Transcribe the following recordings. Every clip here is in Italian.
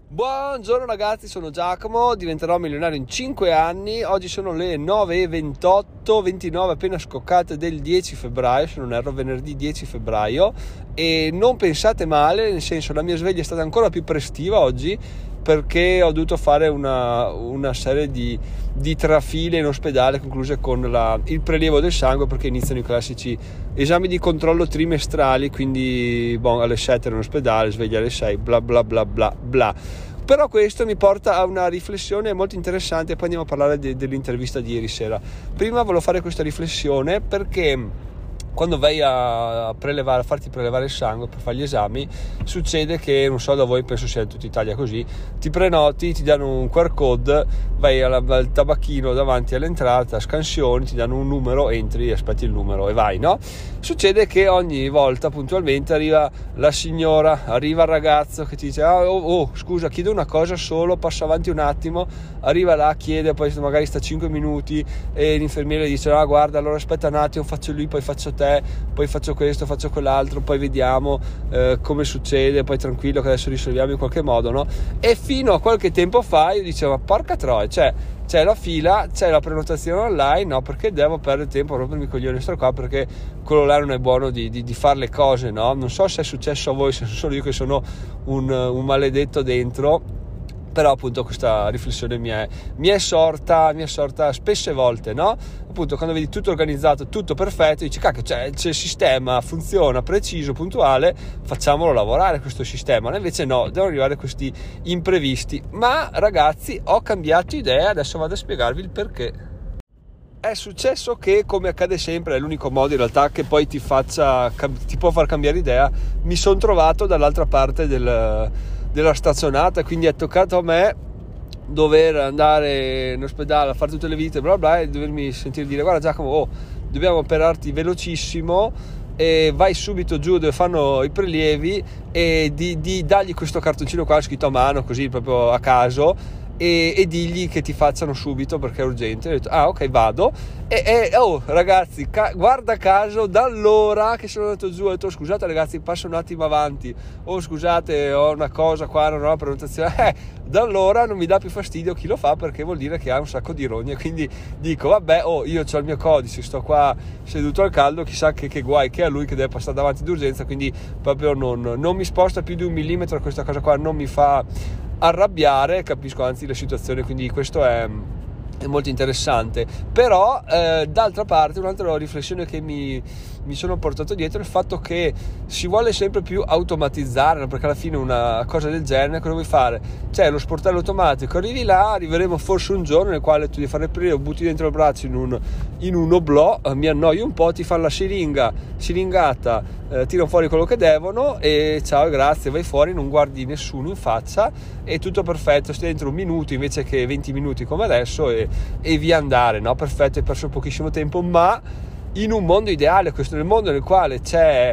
Buongiorno ragazzi, sono Giacomo, diventerò milionario in 5 anni. Oggi sono le 9:28, 29 appena scoccate del 10 febbraio, se non erro venerdì 10 febbraio. E non pensate male, nel senso, la mia sveglia è stata ancora più prestiva oggi perché ho dovuto fare una serie di trafile in ospedale concluse con il prelievo del sangue, perché iniziano i classici esami di controllo trimestrali, quindi alle 7 in ospedale, sveglia alle 6, bla bla bla bla bla. Però questo mi porta a una riflessione molto interessante, e poi andiamo a parlare dell'intervista di ieri sera. Prima volevo fare questa riflessione perché quando vai a farti prelevare il sangue per fare gli esami, succede che, non so da voi, penso sia in tutta Italia così, ti prenoti, ti danno un QR code, vai al tabacchino davanti all'entrata, scansioni, ti danno un numero, entri, aspetti il numero e vai, no? Succede che ogni volta puntualmente arriva la signora, arriva il ragazzo che ti dice scusa, chiedo una cosa solo, passo avanti un attimo, arriva là, chiede, poi magari sta 5 minuti e l'infermiere dice guarda, allora aspetta un attimo, faccio lui, poi faccio te, poi faccio questo, faccio quell'altro, poi vediamo come succede, poi tranquillo che adesso risolviamo in qualche modo, no? E fino a qualche tempo fa io dicevo, ma porca troia, c'è la fila, c'è la prenotazione online, no? Perché devo perdere tempo a rompermi i coglioni sto qua, perché quello là non è buono di fare le cose, no? Non so se è successo a voi, se sono io che sono un maledetto dentro, però appunto questa riflessione mi è sorta spesse volte, no? Appunto, quando vedi tutto organizzato, tutto perfetto, dici cacchio, c'è il sistema, funziona, preciso, puntuale, facciamolo lavorare questo sistema. Invece no, devono arrivare questi imprevisti. Ma ragazzi, ho cambiato idea, adesso vado a spiegarvi il perché. È successo che, come accade sempre, è l'unico modo in realtà che poi ti può far cambiare idea, mi sono trovato dall'altra parte della stazionata, quindi è toccato a me dover andare in ospedale a fare tutte le visite bla bla e dovermi sentire dire guarda Giacomo, dobbiamo operarti velocissimo e vai subito giù dove fanno i prelievi e dagli questo cartoncino qua scritto a mano, così proprio a caso, e digli che ti facciano subito perché è urgente. Ho detto ok, vado e ragazzi, guarda caso, da allora che sono andato giù ho detto scusate ragazzi, passo un attimo avanti, scusate, ho una cosa qua, non ho la prenotazione, da allora non mi dà più fastidio chi lo fa, perché vuol dire che ha un sacco di rogne, quindi dico vabbè, io ho il mio codice, sto qua seduto al caldo, chissà che guai che a lui che deve passare davanti d'urgenza, quindi proprio non mi sposta più di 1 millimetro, questa cosa qua non mi fa arrabbiare, capisco anzi la situazione, quindi questo è molto interessante. Però d'altra parte un'altra riflessione che mi sono portato dietro è il fatto che si vuole sempre più automatizzare, perché alla fine una cosa del genere cosa vuoi fare? C'è lo sportello automatico, arrivi là, arriveremo forse un giorno nel quale tu devi fare il prelievo, butti dentro il braccio in un oblò, mi annoio un po', ti fanno la siringata, tirano fuori quello che devono e ciao e grazie, vai fuori, non guardi nessuno in faccia, è tutto perfetto, stai dentro un minuto invece che 20 minuti come adesso e via andare, no? Perfetto, hai perso pochissimo tempo. Ma in un mondo ideale, questo nel mondo nel quale c'è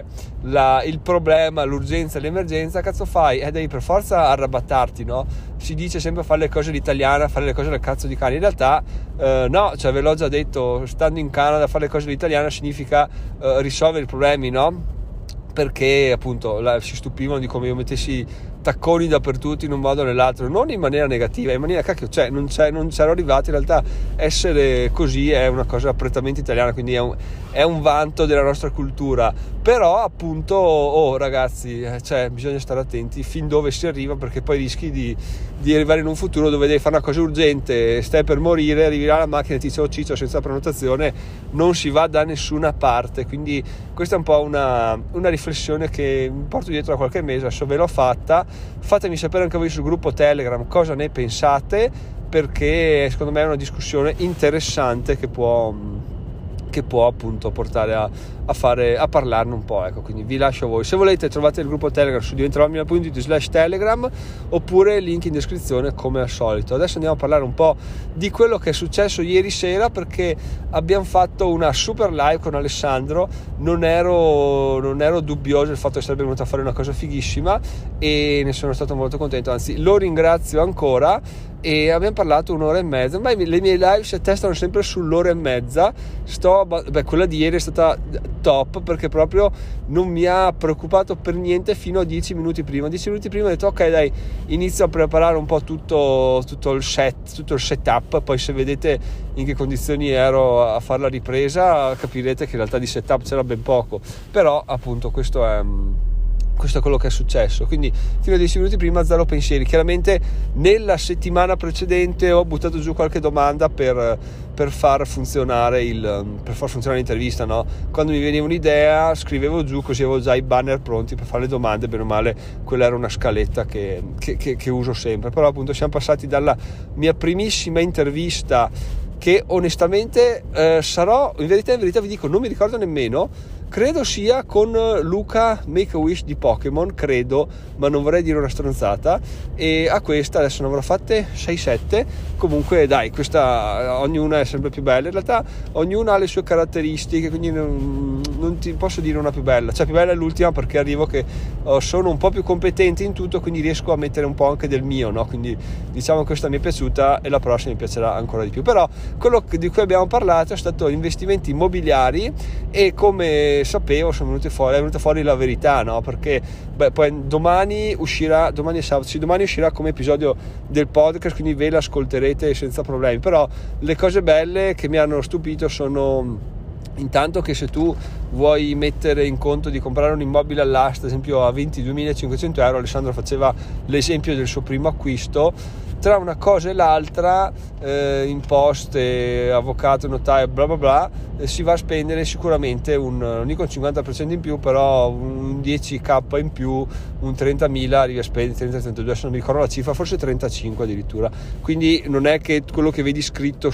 il problema, l'urgenza, l'emergenza, cazzo fai? Devi per forza arrabattarti, no? Si dice sempre fare le cose all'italiana, fare le cose al cazzo di cane. In realtà no, ve l'ho già detto, stando in Canada fare le cose all'italiana significa risolvere i problemi, no? Perché appunto si stupivano di come io mettessi tacconi dappertutto in un modo o nell'altro, non in maniera negativa, in maniera non c'ero arrivato. In realtà essere così è una cosa prettamente italiana, quindi è un vanto della nostra cultura. Però appunto ragazzi, bisogna stare attenti fin dove si arriva, perché poi rischi di arrivare in un futuro dove devi fare una cosa urgente, stai per morire, arrivi là la macchina e ti dice ciccio, senza prenotazione non si va da nessuna parte. Quindi questa è un po' una riflessione che mi porto dietro da qualche mese, adesso ve l'ho fatta. Fatemi sapere anche voi sul gruppo Telegram cosa ne pensate, perché secondo me è una discussione interessante che può appunto portare a parlarne un po', ecco. Quindi vi lascio a voi. Se volete trovate il gruppo Telegram su diventeròmilionario.it/telegram, oppure link in descrizione come al solito. Adesso andiamo a parlare un po' di quello che è successo ieri sera, perché abbiamo fatto una super live con Alessandro. Non ero dubbioso del fatto che sarebbe venuto a fare una cosa fighissima e ne sono stato molto contento, anzi lo ringrazio ancora. e abbiamo parlato un'ora e mezza. Ma le mie live si attestano sempre sull'ora e mezza. Quella di ieri è stata top, perché proprio non mi ha preoccupato per niente fino a 10 minuti prima. 10 minuti prima ho detto ok dai, inizio a preparare un po' tutto il setup. Poi se vedete in che condizioni ero a fare la ripresa capirete che in realtà di setup c'era ben poco, però appunto questo è quello che è successo. Quindi fino a 10 minuti prima zero pensieri. Chiaramente nella settimana precedente ho buttato giù qualche domanda per far funzionare l'intervista, no? Quando mi veniva un'idea scrivevo giù, così avevo già i banner pronti per fare le domande. Bene o male quella era una scaletta che uso sempre. Però appunto siamo passati dalla mia primissima intervista, che onestamente in verità vi dico, non mi ricordo nemmeno, credo sia con Luca Make-A-Wish di Pokémon, credo, ma non vorrei dire una stronzata, e a questa adesso ne avrò fatte 6-7. Comunque dai, questa ognuna è sempre più bella, in realtà ognuna ha le sue caratteristiche, quindi non ti posso dire una più bella. Cioè più bella è l'ultima, perché arrivo che sono un po' più competente in tutto, quindi riesco a mettere un po' anche del mio, no? Quindi diciamo che questa mi è piaciuta e la prossima mi piacerà ancora di più. Però quello di cui abbiamo parlato è stato investimenti immobiliari, e come sapevo è venuta fuori la verità, no? Perché poi domani è sabato, domani uscirà come episodio del podcast, quindi ve l'ascolterete senza problemi. Però le cose belle che mi hanno stupito sono intanto che se tu vuoi mettere in conto di comprare un immobile all'asta, ad esempio a 22.500 euro, Alessandro faceva l'esempio del suo primo acquisto, tra una cosa e l'altra, imposte, avvocato, notaio, bla bla bla, si va a spendere sicuramente non dico un 50% in più, però un 10k in più, un 30.000 arrivi a spendere, 30-32, se non mi ricordo la cifra, forse 35 addirittura. Quindi non è che quello che vedi scritto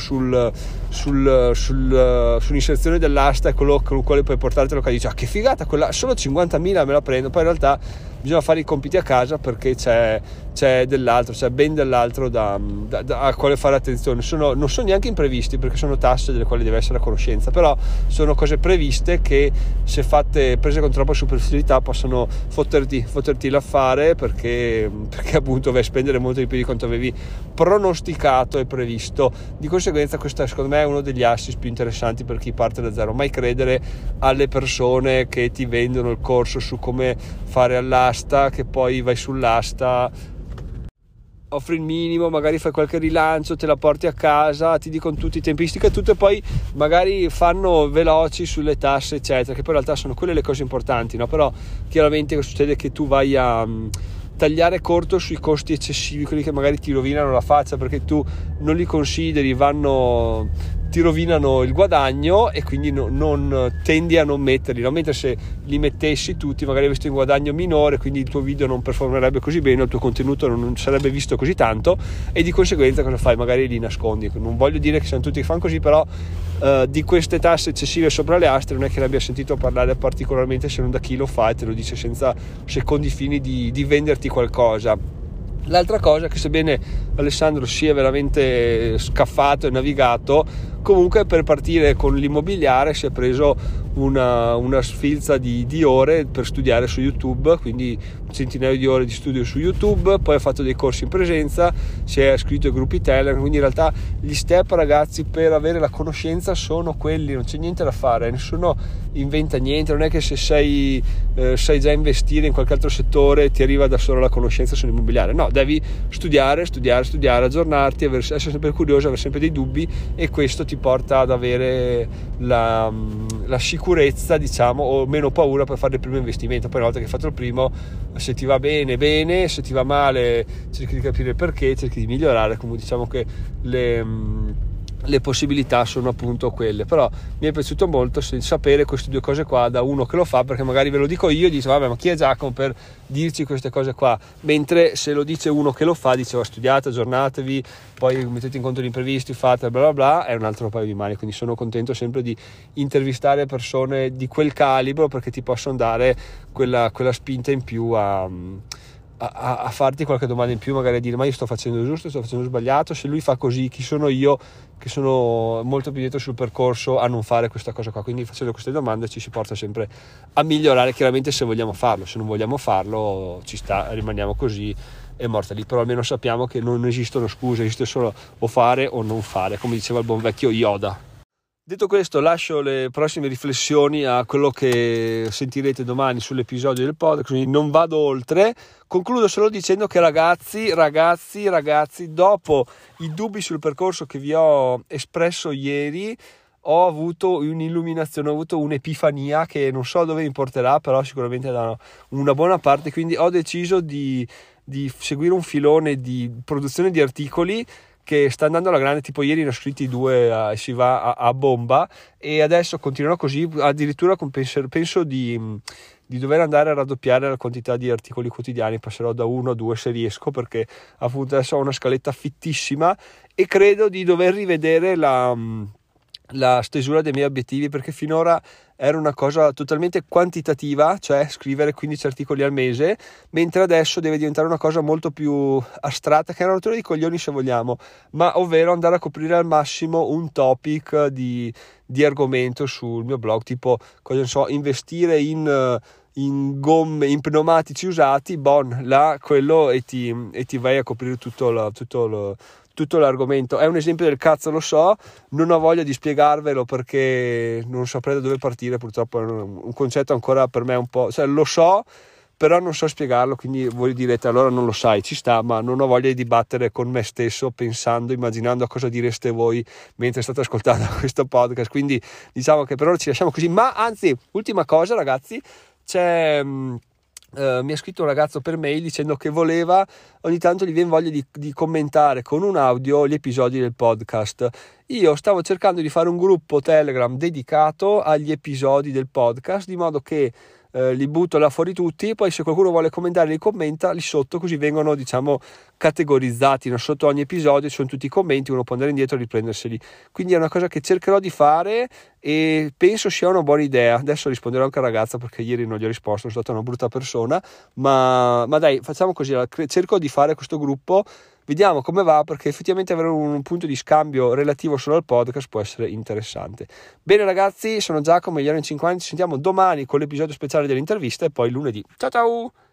sull'inserzione dell'asta è quello con il quale puoi portartelo, che dici che figata, quella solo 50.000 me la prendo. Poi in realtà bisogna fare i compiti a casa, perché c'è dell'altro, c'è ben dell'altro a quale fare attenzione. Non sono neanche imprevisti, perché sono tasse delle quali deve essere a conoscenza, però sono cose previste che, se prese con troppa superficialità, possono fotterti l'affare, perché appunto vai a spendere molto di più di quanto avevi pronosticato e previsto. Di conseguenza questo secondo me è uno degli assist più interessanti per chi parte da zero. Mai credere alle persone che ti vendono il corso su come fare all'asta, che poi vai sull'asta, offri il minimo, magari fai qualche rilancio, te la porti a casa, ti dicono tutti i tempistiche e tutto, e poi magari fanno veloci sulle tasse eccetera, che poi in realtà sono quelle le cose importanti, no? Però chiaramente succede che tu vai a tagliare corto sui costi eccessivi, quelli che magari ti rovinano la faccia, perché tu non li consideri, ti rovinano il guadagno, e quindi non tendi a non metterli, no? Mentre se li mettessi tutti magari avresti un guadagno minore, quindi il tuo video non performerebbe così bene, il tuo contenuto non sarebbe visto così tanto, e di conseguenza cosa fai? Magari li nascondi. Non voglio dire che siano tutti che fanno così, però di queste tasse eccessive sopra le aste non è che ne abbia sentito parlare particolarmente, se non da chi lo fa e te lo dice senza secondi fini di venderti qualcosa. L'altra cosa è che, sebbene Alessandro sia veramente scaffato e navigato, comunque per partire con l'immobiliare si è preso una sfilza di ore per studiare su YouTube, quindi un centinaio di ore di studio su YouTube, poi ha fatto dei corsi in presenza, si è iscritto ai gruppi Telegram. Quindi in realtà gli step, ragazzi, per avere la conoscenza sono quelli, non c'è niente da fare, nessuno inventa niente. Non è che se sai già investire in qualche altro settore ti arriva da solo la conoscenza sull'immobiliare, no, devi studiare, aggiornarti, essere sempre curioso, avere sempre dei dubbi, e questo ti porta ad avere la sicurezza, diciamo, o meno paura per fare il primo investimento. Poi una volta che hai fatto il primo, se ti va bene, se ti va male cerchi di capire il perché, cerchi di migliorare. Comunque diciamo che le possibilità sono appunto quelle. Però mi è piaciuto molto sapere queste due cose qua da uno che lo fa, perché magari ve lo dico io e dice vabbè, ma chi è Giacomo per dirci queste cose qua, mentre se lo dice uno che lo fa, dice studiate, aggiornatevi, poi mettete in conto gli imprevisti, fate bla bla bla, è un altro paio di mani. Quindi sono contento sempre di intervistare persone di quel calibro, perché ti possono dare quella spinta in più a farti qualche domanda in più, magari a dire ma io sto facendo giusto, sto facendo sbagliato, se lui fa così chi sono io, che sono molto più dietro sul percorso, a non fare questa cosa qua. Quindi facendo queste domande ci si porta sempre a migliorare, chiaramente se vogliamo farlo. Se non vogliamo farlo ci sta, rimaniamo così è morta lì, però almeno sappiamo che non esistono scuse, esiste solo o fare o non fare, come diceva il buon vecchio Yoda. Detto questo, lascio le prossime riflessioni a quello che sentirete domani sull'episodio del podcast, quindi non vado oltre. Concludo solo dicendo che ragazzi, dopo i dubbi sul percorso che vi ho espresso ieri, ho avuto un'illuminazione, ho avuto un'epifania che non so dove mi porterà, però sicuramente da una buona parte, quindi ho deciso di seguire un filone di produzione di articoli che sta andando alla grande, tipo ieri ne ho scritti 2, si va a bomba, e adesso continuerò così, addirittura penso di dover andare a raddoppiare la quantità di articoli quotidiani, passerò da 1 a 2 se riesco, perché appunto adesso ho una scaletta fittissima e credo di dover rivedere la stesura dei miei obiettivi, perché finora era una cosa totalmente quantitativa, cioè scrivere 15 articoli al mese, mentre adesso deve diventare una cosa molto più astratta, che è una rottura di coglioni se vogliamo, ma ovvero andare a coprire al massimo un topic di argomento sul mio blog, tipo, cosa ne so, investire in gomme, in pneumatici usati, là quello, e ti vai a coprire tutto l'argomento. È un esempio del cazzo, lo so, non ho voglia di spiegarvelo perché non saprei da dove partire, purtroppo è un concetto ancora per me un po', cioè lo so però non so spiegarlo, quindi voi direte allora non lo sai, ci sta, ma non ho voglia di dibattere con me stesso pensando, immaginando a cosa direste voi mentre state ascoltando questo podcast, quindi diciamo che per ora ci lasciamo così. Ma anzi, ultima cosa ragazzi, mi ha scritto un ragazzo per mail dicendo che voleva, ogni tanto gli viene voglia di commentare con un audio gli episodi del podcast. Io stavo cercando di fare un gruppo Telegram dedicato agli episodi del podcast, di modo che li butto là fuori tutti, poi se qualcuno vuole commentare li commenta lì sotto, così vengono categorizzati, no? Sotto ogni episodio ci sono tutti i commenti, uno può andare indietro e riprenderseli, quindi è una cosa che cercherò di fare e penso sia una buona idea. Adesso risponderò anche al ragazzo perché ieri non gli ho risposto, sono stata una brutta persona, ma dai, facciamo così, cerco di fare questo gruppo, vediamo come va, perché effettivamente avere un punto di scambio relativo solo al podcast può essere interessante. Bene ragazzi, sono Giacomo, gli anni 50, ci sentiamo domani con l'episodio speciale dell'intervista e poi lunedì. Ciao ciao!